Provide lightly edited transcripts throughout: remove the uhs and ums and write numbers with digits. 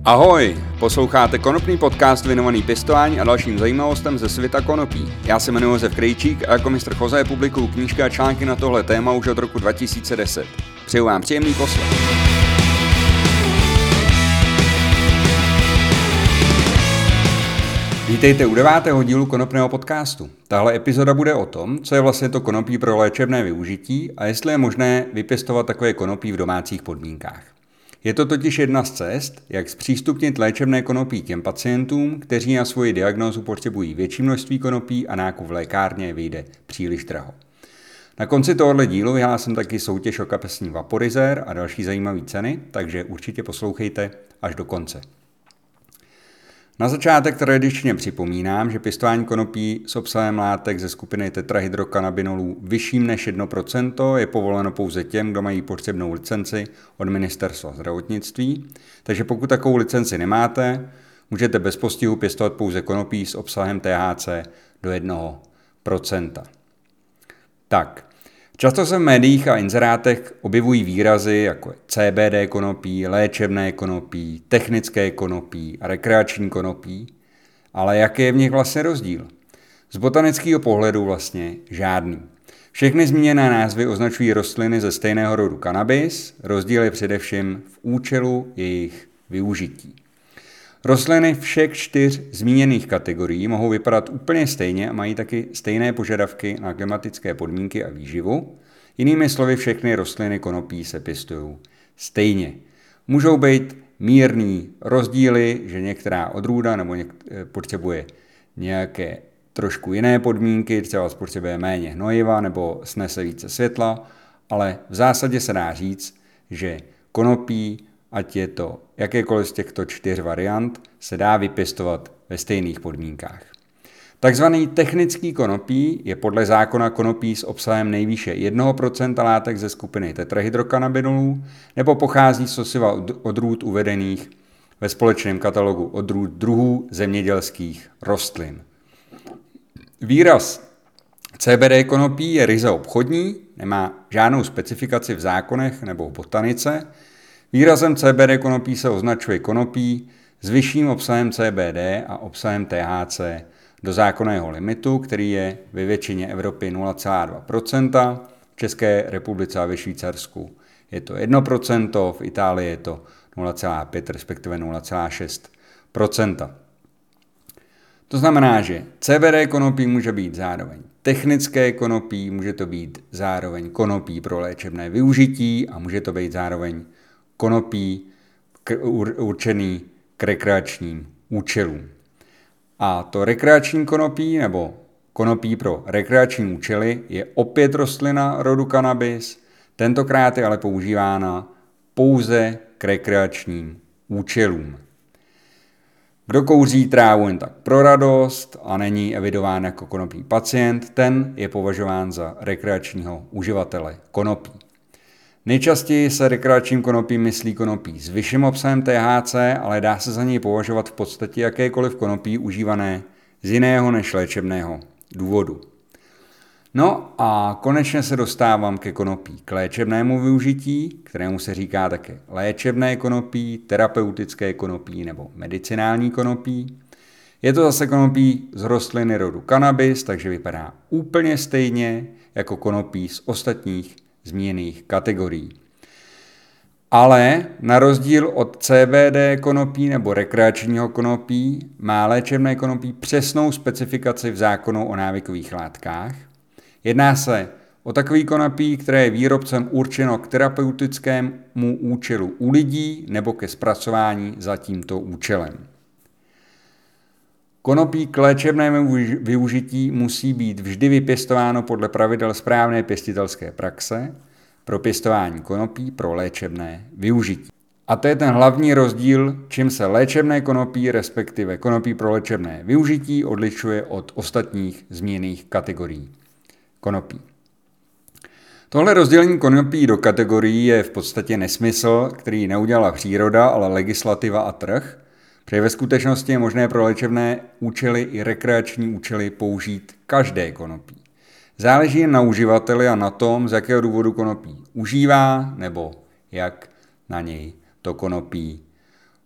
Ahoj, posloucháte konopný podcast věnovaný pěstování a dalším zajímavostem ze světa konopí. Já se jmenuji Josef Krejčík a jako mistr Jose publikuju knížky a články na tohle téma už od roku 2010. Přeju vám příjemný poslech. Vítejte u 9. dílu konopného podcastu. Tahle epizoda bude o tom, co je vlastně to konopí pro léčebné využití a jestli je možné vypěstovat takové konopí v domácích podmínkách. Je to totiž jedna z cest, jak zpřístupnit léčebné konopí těm pacientům, kteří na svoji diagnózu potřebují větší množství konopí a nákup v lékárně vyjde příliš draho. Na konci tohoto dílu vyhlásím taky soutěž o kapesní vaporizér a další zajímavé ceny, takže určitě poslouchejte až do konce. Na začátek tradičně připomínám, že pěstování konopí s obsahem látek ze skupiny tetrahydrokanabinolů vyšším než 1% je povoleno pouze těm, kdo mají potřebnou licenci od Ministerstva zdravotnictví, takže pokud takovou licenci nemáte, můžete bez postihu pěstovat pouze konopí s obsahem THC do 1%. Tak, často se v médiích a inzerátech objevují výrazy jako CBD konopí, léčebné konopí, technické konopí a rekreační konopí, ale jaký je v nich vlastně rozdíl? Z botanického pohledu vlastně žádný. Všechny zmíněné názvy označují rostliny ze stejného rodu cannabis, rozdíl je především v účelu jejich využití. Rostliny všech 4 zmíněných kategorií mohou vypadat úplně stejně a mají taky stejné požadavky na klimatické podmínky a výživu. Jinými slovy, všechny rostliny konopí se pěstují stejně. Můžou být mírný rozdíly, že některá odrůda nebo potřebuje nějaké trošku jiné podmínky, třeba potřebuje méně hnojiva nebo snese více světla, ale v zásadě se dá říct, že konopí, ať je to jakékoliv z těchto 4 variant, se dá vypěstovat ve stejných podmínkách. Takzvaný technický konopí je podle zákona konopí s obsahem nejvýše 1% látek ze skupiny tetrahydrokanabinolů nebo pochází z osiva odrůd uvedených ve společném katalogu odrůd druhů zemědělských rostlin. Výraz CBD konopí je ryze obchodní, nemá žádnou specifikaci v zákonech nebo v botanice. Výrazem CBD konopí se označuje konopí s vyšším obsahem CBD a obsahem THC do zákonného limitu, který je ve většině Evropy 0,2%, v České republice a ve Švýcarsku je to 1%, v Itálii je to 0,5, respektive 0,6%. To znamená, že CBD konopí může být zároveň technické konopí, může to být zároveň konopí pro léčebné využití a může to být zároveň konopí určený k rekreačním účelům. A to rekreační konopí nebo konopí pro rekreační účely je opět rostlina rodu cannabis, tentokrát je ale používána pouze k rekreačním účelům. Kdo kouří trávu jen tak pro radost a není evidován jako konopí pacient, ten je považován za rekreačního uživatele konopí. Nejčastěji se rekreačním konopí myslí konopí s vyšším obsahem THC, ale dá se za něj považovat v podstatě jakékoliv konopí užívané z jiného než léčebného důvodu. No a konečně se dostávám ke konopí k léčebnému využití, kterému se říká také léčebné konopí, terapeutické konopí nebo medicinální konopí. Je to zase konopí z rostliny rodu cannabis, takže vypadá úplně stejně jako konopí z ostatních zmíněných kategorií. Ale na rozdíl od CBD konopí nebo rekreačního konopí má léčebné konopí přesnou specifikaci v zákonu o návykových látkách. Jedná se o takový konopí, které je výrobcem určeno k terapeutickému účelu u lidí nebo ke zpracování za tímto účelem. Konopí k léčebnému využití musí být vždy vypěstováno podle pravidel správné pěstitelské praxe pro pěstování konopí pro léčebné využití. A to je ten hlavní rozdíl, čím se léčebné konopí, respektive konopí pro léčebné využití, odlišuje od ostatních zmíněných kategorií konopí. Tohle rozdělení konopí do kategorií je v podstatě nesmysl, který neudělala příroda, ale legislativa a trh, protože ve skutečnosti je možné pro léčebné účely i rekreační účely použít každé konopí. Záleží jen na uživateli a na tom, z jakého důvodu konopí užívá nebo jak na něj to konopí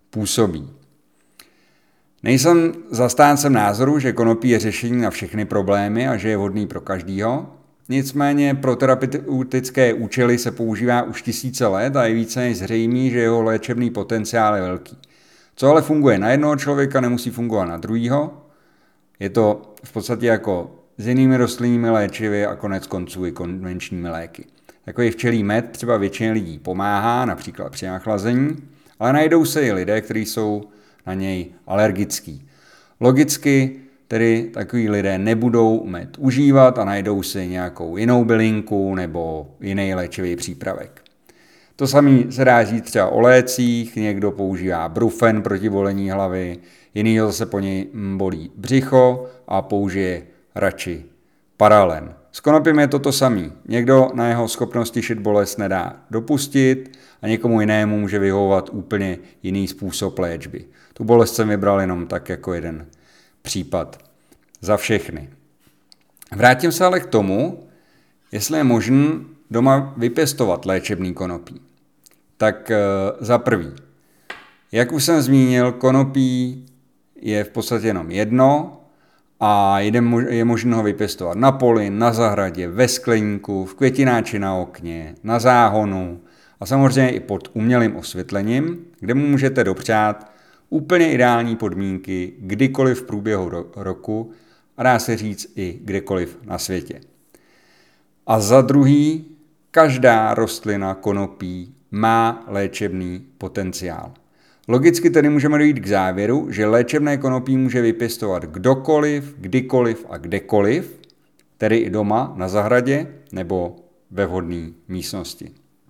působí. Nejsem zastáncem názoru, že konopí je řešení na všechny problémy a že je vhodný pro každýho. Nicméně pro terapeutické účely se používá už tisíce let a je více než zřejmý, že jeho léčebný potenciál je velký. Co ale funguje na jednoho člověka, nemusí fungovat na druhýho. Je to v podstatě jako s jinými rostlinnými léčivy a konec konců i konvenčními léky. Takový včelí med třeba většině lidí pomáhá, například při nachlazení, ale najdou se i lidé, kteří jsou na něj alergický. Logicky tedy takový lidé nebudou med užívat a najdou si nějakou jinou bylinku nebo jiný léčivý přípravek. To samé se dá říct třeba o lécích, někdo používá brufen proti bolení hlavy, jiný zase po něj bolí břicho a použije radši paralen. S konopím je to samé. Někdo na jeho schopnosti šit bolest nedá dopustit a někomu jinému může vyhovovat úplně jiný způsob léčby. Tu bolest jsem vybral jenom tak jako jeden případ za všechny. Vrátím se ale k tomu, jestli je možné doma vypěstovat léčebný konopí. Tak za prvý, jak už jsem zmínil, konopí je v podstatě jenom jedno a je možné ho vypěstovat na poli, na zahradě, ve skleníku, v květináči na okně, na záhonu a samozřejmě i pod umělým osvětlením, kde mu můžete dopřát úplně ideální podmínky kdykoliv v průběhu roku a dá se říct i kdekoliv na světě. A za druhý, každá rostlina konopí má léčebný potenciál. Logicky tedy můžeme dojít k závěru, že léčebné konopí může vypěstovat kdokoliv, kdykoliv a kdekoliv, tedy i doma, na zahradě nebo ve vhodné místnosti.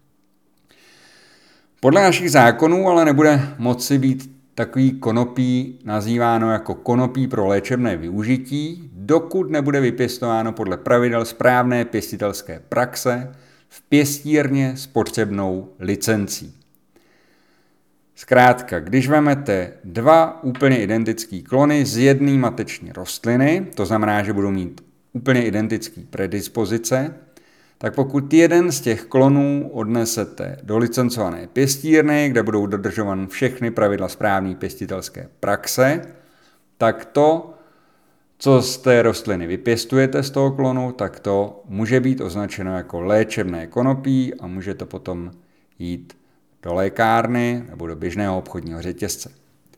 Podle našich zákonů ale nebude moci být takový konopí nazýváno jako konopí pro léčebné využití, dokud nebude vypěstováno podle pravidel správné pěstitelské praxe v pěstírně s potřebnou licencí. Zkrátka, když vezmete dva úplně identické klony z jedné mateční rostliny, to znamená, že budou mít úplně identické predispozice, tak pokud jeden z těch klonů odnesete do licencované pěstírny, kde budou dodržovány všechny pravidla správné pěstitelské praxe, tak to, co z té rostliny vypěstujete z toho klonu, tak to může být označeno jako léčebné konopí a může to potom jít do lékárny nebo do běžného obchodního řetězce.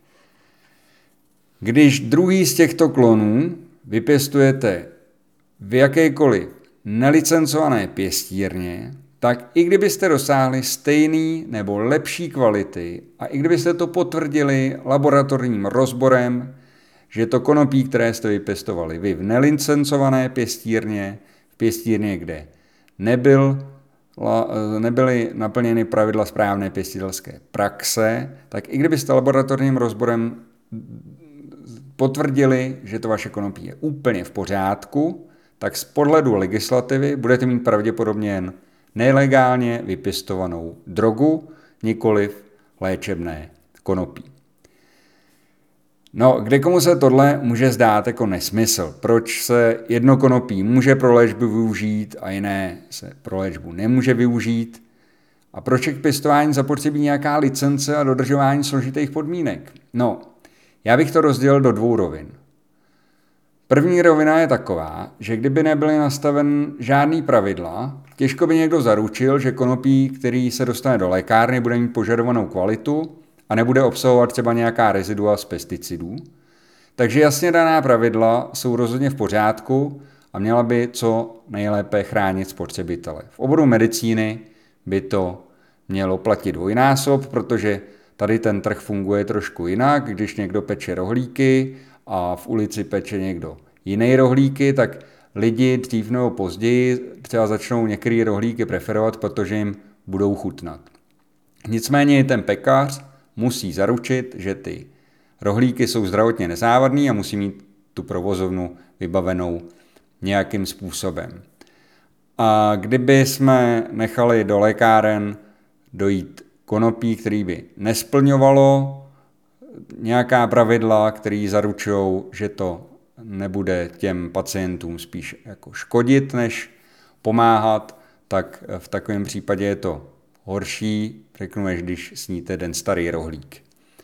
Když druhý z těchto klonů vypěstujete v jakékoliv nelicencované pěstírně, tak i kdybyste dosáhli stejný nebo lepší kvality a i kdybyste to potvrdili laboratorním rozborem, že to konopí, které jste vypěstovali vy v nelicencované pěstírně, v pěstírně, kde nebyly naplněny pravidla správné pěstitelské praxe, tak i kdybyste laboratorním rozborem potvrdili, že to vaše konopí je úplně v pořádku, tak z pohledu legislativy budete mít pravděpodobně jen nelegálně vypěstovanou drogu, nikoliv léčebné konopí. No, kde komu se tohle může zdát jako nesmysl? Proč se jedno konopí může pro léčbu využít a jiné se pro léčbu nemůže využít? A proč je k pěstování zapotřebí nějaká licence a dodržování složitých podmínek? No, já bych to rozdělil do dvou rovin. První rovina je taková, že kdyby nebyly nastaven žádný pravidla, těžko by někdo zaručil, že konopí, který se dostane do lékárny, bude mít požadovanou kvalitu a nebude obsahovat třeba nějaká rezidua z pesticidů. Takže jasně daná pravidla jsou rozhodně v pořádku a měla by co nejlépe chránit spotřebitele. V oboru medicíny by to mělo platit dvojnásob, protože tady ten trh funguje trošku jinak. Když někdo peče rohlíky a v ulici peče někdo jiný rohlíky, tak lidi dřív nebo později třeba začnou některé rohlíky preferovat, protože jim budou chutnat. Nicméně ten pekař musí zaručit, že ty rohlíky jsou zdravotně nezávadný a musí mít tu provozovnu vybavenou nějakým způsobem. A kdyby jsme nechali do lékáren dojít konopí, který by nesplňovalo nějaká pravidla, které zaručují, že to nebude těm pacientům spíš jako škodit, než pomáhat, tak v takovém případě je to horší, řeknu, než když sníte ten starý rohlík.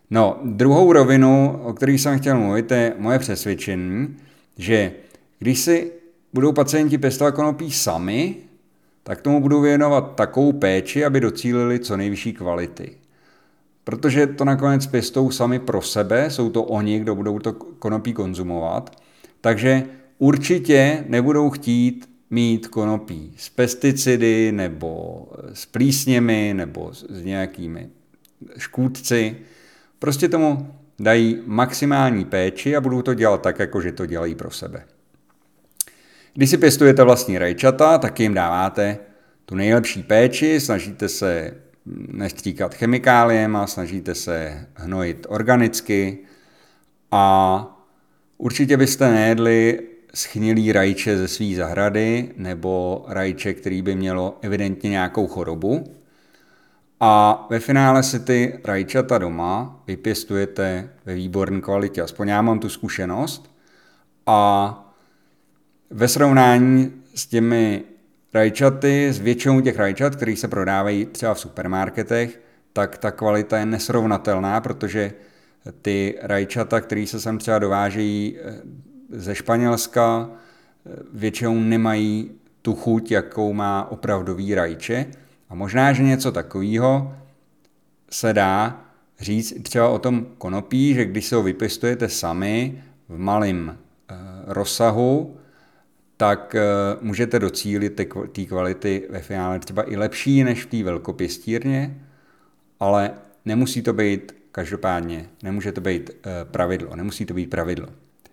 No, druhou rovinu, o které jsem chtěl mluvit, je moje přesvědčení, že když si budou pacienti pěstovat konopí sami, tak tomu budou věnovat takovou péči, aby docílili co nejvyšší kvality. Protože to nakonec pěstou sami pro sebe, jsou to oni, kdo budou to konopí konzumovat, takže určitě nebudou chtít mít konopí s pesticidy nebo s plísněmi nebo s nějakými škůdci. Prostě tomu dají maximální péči a budou to dělat tak, jako že to dělají pro sebe. Když si pěstujete vlastní rajčata, tak jim dáváte tu nejlepší péči, snažíte se nestříkat chemikáliema, snažíte se hnojit organicky a určitě byste nejedli schnilý rajče ze své zahrady nebo rajče, který by mělo evidentně nějakou chorobu. A ve finále si ty rajčata doma vypěstujete ve výborné kvalitě. Aspoň já mám tu zkušenost. A ve srovnání s těmi rajčaty, s většinou těch rajčat, které se prodávají třeba v supermarketech, tak ta kvalita je nesrovnatelná, protože ty rajčata, které se sem třeba dovážejí ze Španělska, většinou nemají tu chuť, jakou má opravdový rajče. A možná, že něco takového se dá říct třeba o tom konopí, že když se ho vypěstujete sami v malém rozsahu, tak můžete docílit té kvality ve finále třeba i lepší než v té velkopěstírně, ale nemusí to být každopádně, nemůže to být pravidlo, nemusí to být pravidlo.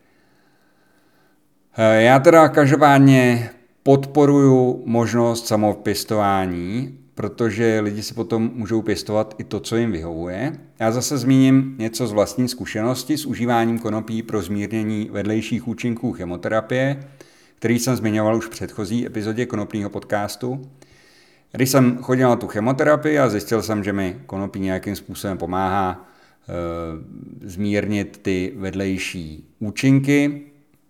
Já teda každopádně podporuju možnost samopěstování, protože lidi si potom můžou pěstovat i to, co jim vyhovuje. Já zase zmíním něco z vlastní zkušenosti s užíváním konopí pro zmírnění vedlejších účinků chemoterapie, který jsem zmiňoval už v předchozí epizodě konopního podcastu. Když jsem chodil na tu chemoterapii a zjistil jsem, že mi konopí nějakým způsobem pomáhá zmírnit ty vedlejší účinky,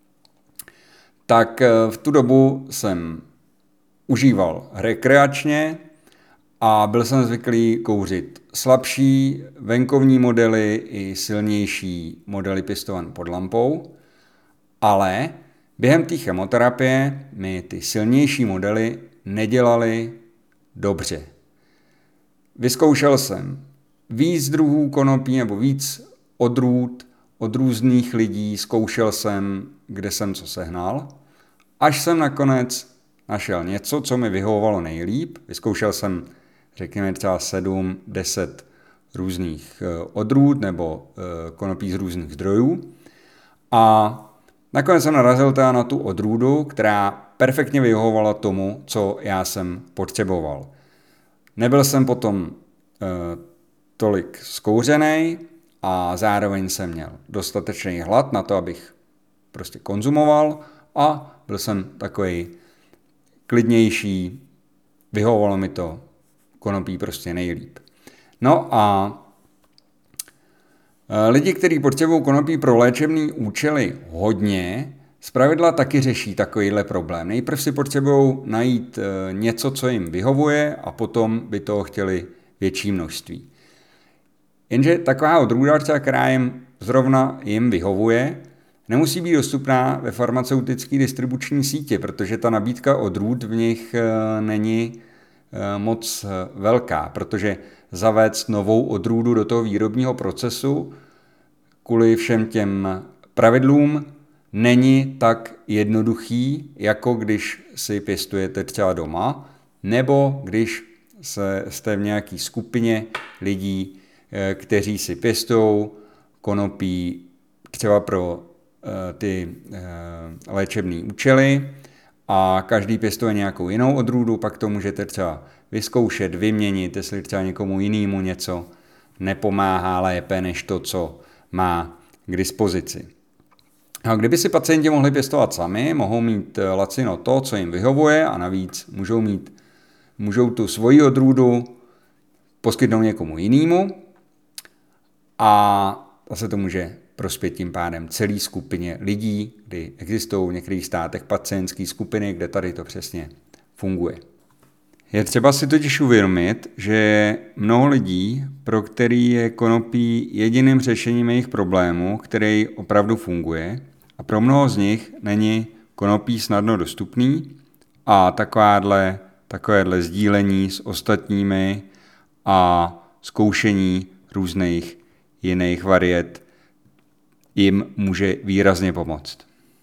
tak v tu dobu jsem užíval rekreačně a byl jsem zvyklý kouřit slabší venkovní modely i silnější modely pěstované pod lampou, ale během té chemoterapie mi ty silnější modely nedělaly dobře. Vyzkoušel jsem víc druhů konopí nebo víc odrůd od různých lidí, zkoušel jsem, kde jsem co sehnal, až jsem nakonec našel něco, co mi vyhovovalo nejlíp. Vyzkoušel jsem, řekněme, třeba 7-10 různých odrůd nebo konopí z různých zdrojů a nakonec jsem narazil teda na tu odrůdu, která perfektně vyhovovala tomu, co já jsem potřeboval. Nebyl jsem potom tolik zkouřenej a zároveň jsem měl dostatečný hlad na to, abych prostě konzumoval a byl jsem takový klidnější, vyhovovalo mi to konopí prostě nejlíp. No a lidi, kteří potřebují konopí pro léčebné účely hodně, zpravidla taky řeší takovýhle problém. Nejprv si potřebují najít něco, co jim vyhovuje a potom by toho chtěli větší množství. Jenže taková odrůda, která jim vyhovuje, nemusí být dostupná ve farmaceutické distribuční síti, protože ta nabídka odrůd v nich není moc velká, protože zavést novou odrůdu do toho výrobního procesu kvůli všem těm pravidlům není tak jednoduchý, jako když si pěstujete třeba doma, nebo když jste v nějaké skupině lidí, kteří si pěstují konopí třeba pro ty léčebné účely a každý pěstuje nějakou jinou odrůdu, pak to můžete třeba vyzkoušet, vyměnit, jestli třeba někomu jinému něco nepomáhá lépe než to, co má k dispozici. A kdyby si pacienti mohli pěstovat sami, mohou mít lacino to, co jim vyhovuje a navíc můžou tu svoji odrůdu poskytnout někomu jinému a zase to může prospět tím pádem celé skupině lidí, kdy existují v některých státech pacientské skupiny, kde tady to přesně funguje. Je třeba si totiž uvědomit, že mnoho lidí, pro který je konopí jediným řešením jejich problému, který opravdu funguje, a pro mnoho z nich není konopí snadno dostupný a takovéhle sdílení s ostatními a zkoušení různých jiných variet jim může výrazně pomoct.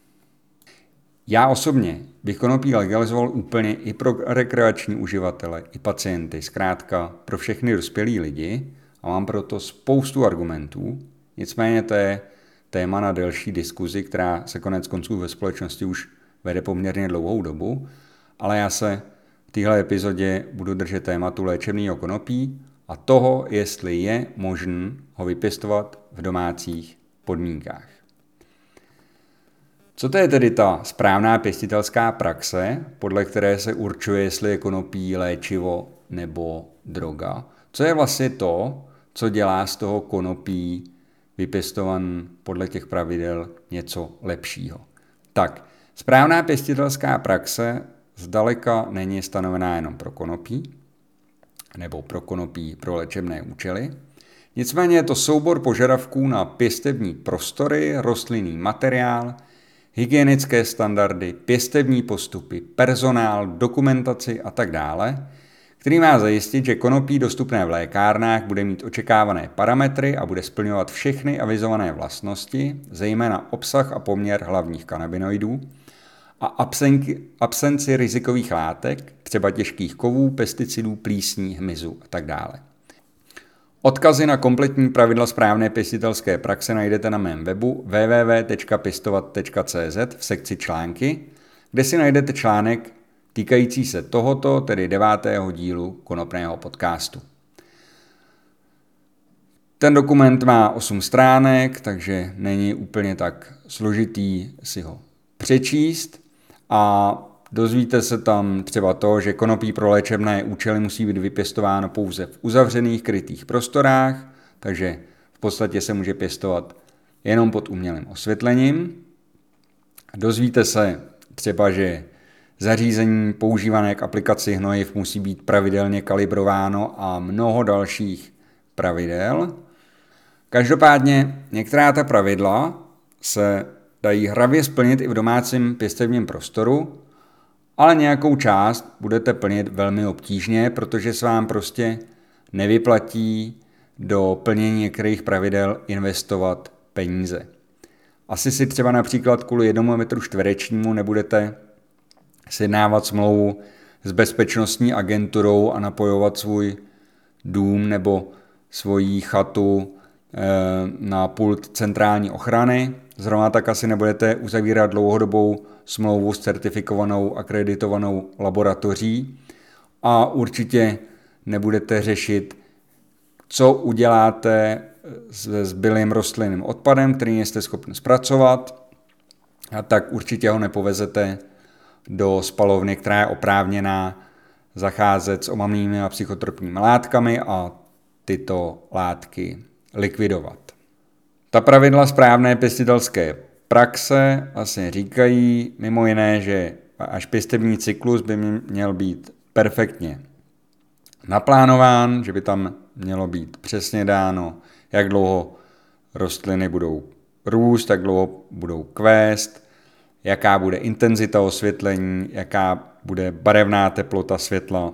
Já osobně bych konopí legalizoval úplně i pro rekreační uživatele, i pacienty, zkrátka pro všechny dospělý lidi a mám proto spoustu argumentů. Nicméně to je téma na delší diskuzi, která se konec konců ve společnosti už vede poměrně dlouhou dobu, ale já se v téhle epizodě budu držet tématu léčebného konopí a toho, jestli je možné ho vypěstovat v domácích podmínkách. Co to je tedy ta správná pěstitelská praxe, podle které se určuje, jestli je konopí léčivo nebo droga? Co je vlastně to, co dělá z toho konopí vypěstovan podle těch pravidel něco lepšího? Tak, správná pěstitelská praxe zdaleka není stanovená jenom pro konopí, nebo pro konopí pro léčebné účely. Nicméně je to soubor požadavků na pěstební prostory, rostlinný materiál, hygienické standardy, pěstební postupy, personál, dokumentaci a tak dále, který má zajistit, že konopí dostupné v lékárnách bude mít očekávané parametry a bude splňovat všechny avizované vlastnosti, zejména obsah a poměr hlavních kanabinoidů a absenci rizikových látek, třeba těžkých kovů, pesticidů, plísní, hmyzu a tak dále. Odkazy na kompletní pravidla správné pěstitelské praxe najdete na mém webu www.pěstovat.cz v sekci články, kde si najdete článek týkající se tohoto, tedy 9. dílu konopného podcastu. Ten dokument má 8 stránek, takže není úplně tak složitý si ho přečíst a dozvíte se tam třeba to, že konopí pro léčebné účely musí být vypěstováno pouze v uzavřených krytých prostorách, takže v podstatě se může pěstovat jenom pod umělým osvětlením. Dozvíte se třeba, že zařízení používané k aplikaci hnojiv musí být pravidelně kalibrováno a mnoho dalších pravidel. Každopádně některá ta pravidla se dají hravě splnit i v domácím pěstebním prostoru, ale nějakou část budete plnit velmi obtížně, protože se vám prostě nevyplatí do plnění některých pravidel investovat peníze. Asi si třeba například kvůli 1 metru čtverečnímu nebudete sjednávat smlouvu s bezpečnostní agenturou a napojovat svůj dům nebo svoji chatu na pult centrální ochrany. Zrovna tak asi nebudete uzavírat dlouhodobou smlouvu s certifikovanou akreditovanou laboratoří a určitě nebudete řešit, co uděláte se zbylým rostlinným odpadem, který nejste schopni zpracovat, a tak určitě ho nepovezete do spalovny, která je oprávněná zacházet s omamnými a psychotropními látkami a tyto látky likvidovat. Ta pravidla správné pěstitelské praxe vlastně říkají mimo jiné, že až pěstební cyklus by měl být perfektně naplánován, že by tam mělo být přesně dáno, jak dlouho rostliny budou růst, jak dlouho budou kvést, jaká bude intenzita osvětlení, jaká bude barevná teplota světla,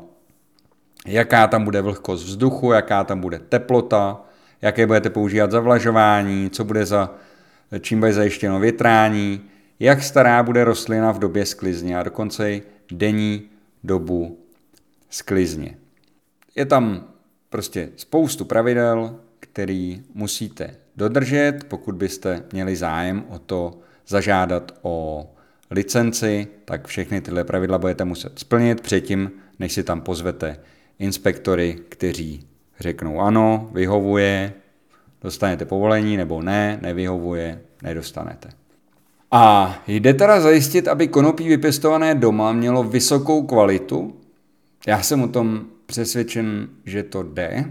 jaká tam bude vlhkost vzduchu, jaká tam bude teplota, jaké budete používat zavlažování, čím bude zajištěno větrání, jak stará bude rostlina v době sklizně a dokonce i denní dobu sklizně. Je tam prostě spoustu pravidel, který musíte dodržet, pokud byste měli zájem o to zažádat o licenci, tak všechny tyhle pravidla budete muset splnit předtím, než si tam pozvete inspektory, kteří řeknou ano, vyhovuje, dostanete povolení, nebo ne, nevyhovuje, nedostanete. A jde teda zajistit, aby konopí vypěstované doma mělo vysokou kvalitu. Já jsem o tom přesvědčen, že to jde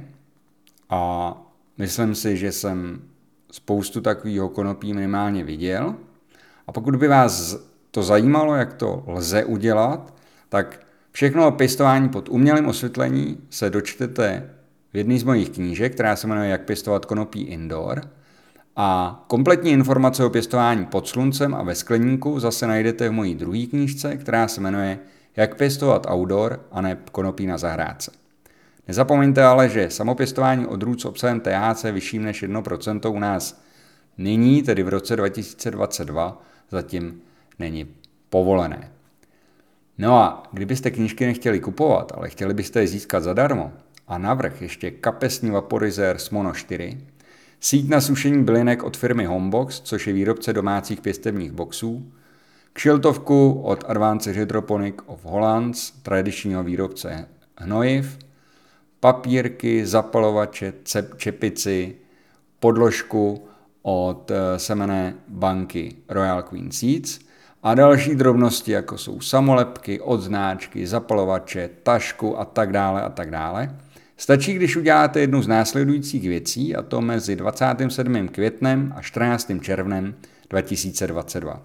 a myslím si, že jsem spoustu takového konopí minimálně viděl. A pokud by vás to zajímalo, jak to lze udělat, tak Všechno o pěstování pod umělým osvětlení se dočtete v jedné z mojich knížek, která se jmenuje Jak pěstovat konopí indoor. A kompletní informace o pěstování pod sluncem a ve skleníku zase najdete v mojí druhé knížce, která se jmenuje Jak pěstovat outdoor a ne konopí na zahrádce. Nezapomeňte ale, že samopěstování odrůd s obsahem THC vyšším než 1% u nás nyní, tedy v roce 2022, zatím není povolené. No a kdybyste knížky nechtěli kupovat, ale chtěli byste je získat zadarmo a navrch ještě kapesní vaporizér Smono 4, síť na sušení bylinek od firmy Homebox, což je výrobce domácích pěstebních boxů, kšiltovku od Advanced Hydroponic of Hollands, tradičního výrobce hnojiv, papírky, zapalovače, čepici, podložku od semenné banky Royal Queen Seeds a další drobnosti, jako jsou samolepky, odznáčky, zapalovače, tašku a tak dále. Stačí, když uděláte jednu z následujících věcí, a to mezi 27. květnem a 14. červnem 2022.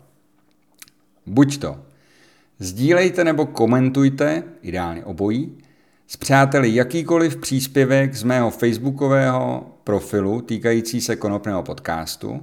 Buď to sdílejte nebo komentujte, ideálně obojí, s přáteli jakýkoliv příspěvek z mého facebookového profilu týkající se konopného podcastu.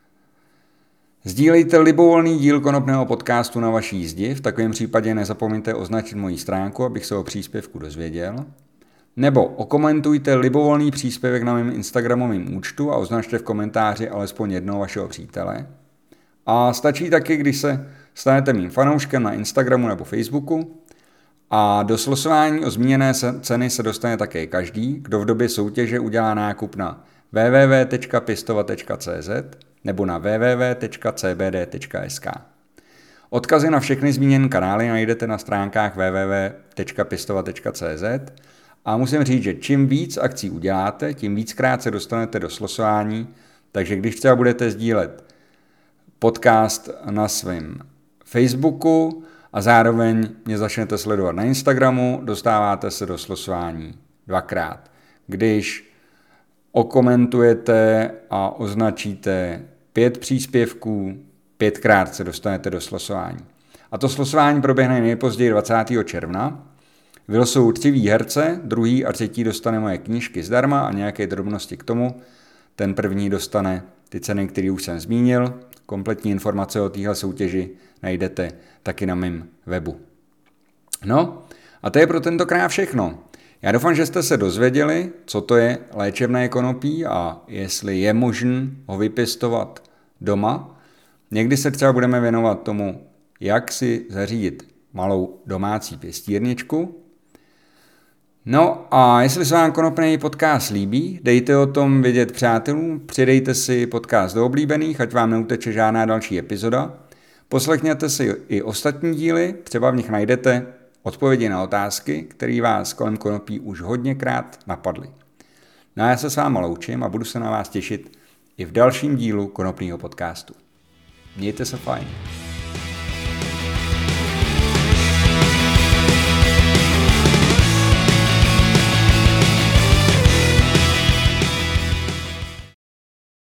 Sdílejte libovolný díl konopného podcastu na vaší zdi, v takovém případě nezapomeňte označit moji stránku, abych se o příspěvku dozvěděl. Nebo okomentujte libovolný příspěvek na mém instagramovém účtu a označte v komentáři alespoň jednoho vašeho přítele. A stačí taky, když se stanete mým fanouškem na Instagramu nebo Facebooku. A do slosování o zmíněné ceny se dostane také každý, kdo v době soutěže udělá nákup na www.pěstovat.cz nebo na www.cbd.sk. Odkazy na všechny zmíněné kanály najdete na stránkách www.pěstovat.cz a musím říct, že čím víc akcí uděláte, tím víckrát se dostanete do slosování, takže když třeba budete sdílet podcast na svém Facebooku a zároveň mě začnete sledovat na Instagramu, dostáváte se do slosování dvakrát. Když okomentujete a označíte 5 příspěvků, 5krát se dostanete do slosování. A to slosování proběhne nejpozději 20. června. Vylosují 3 výherce, druhý a třetí dostane moje knížky zdarma a nějaké drobnosti k tomu. Ten první dostane ty ceny, které už jsem zmínil. Kompletní informace o téhle soutěži najdete taky na mém webu. No a to je pro tentokrát všechno. Já doufám, že jste se dozvěděli, co to je léčebné konopí a jestli je možné ho vypěstovat doma. Někdy se třeba budeme věnovat tomu, jak si zařídit malou domácí pěstírničku. No a jestli se vám konopný podcast líbí, dejte o tom vědět přátelům, přidejte si podcast do oblíbených, ať vám neuteče žádná další epizoda. Poslechněte si i ostatní díly, třeba v nich najdete odpovědi na otázky, které vás kolem konopí už hodněkrát napadly. No a já se s váma loučím a budu se na vás těšit i v dalším dílu konopného podcastu. Mějte se fajn.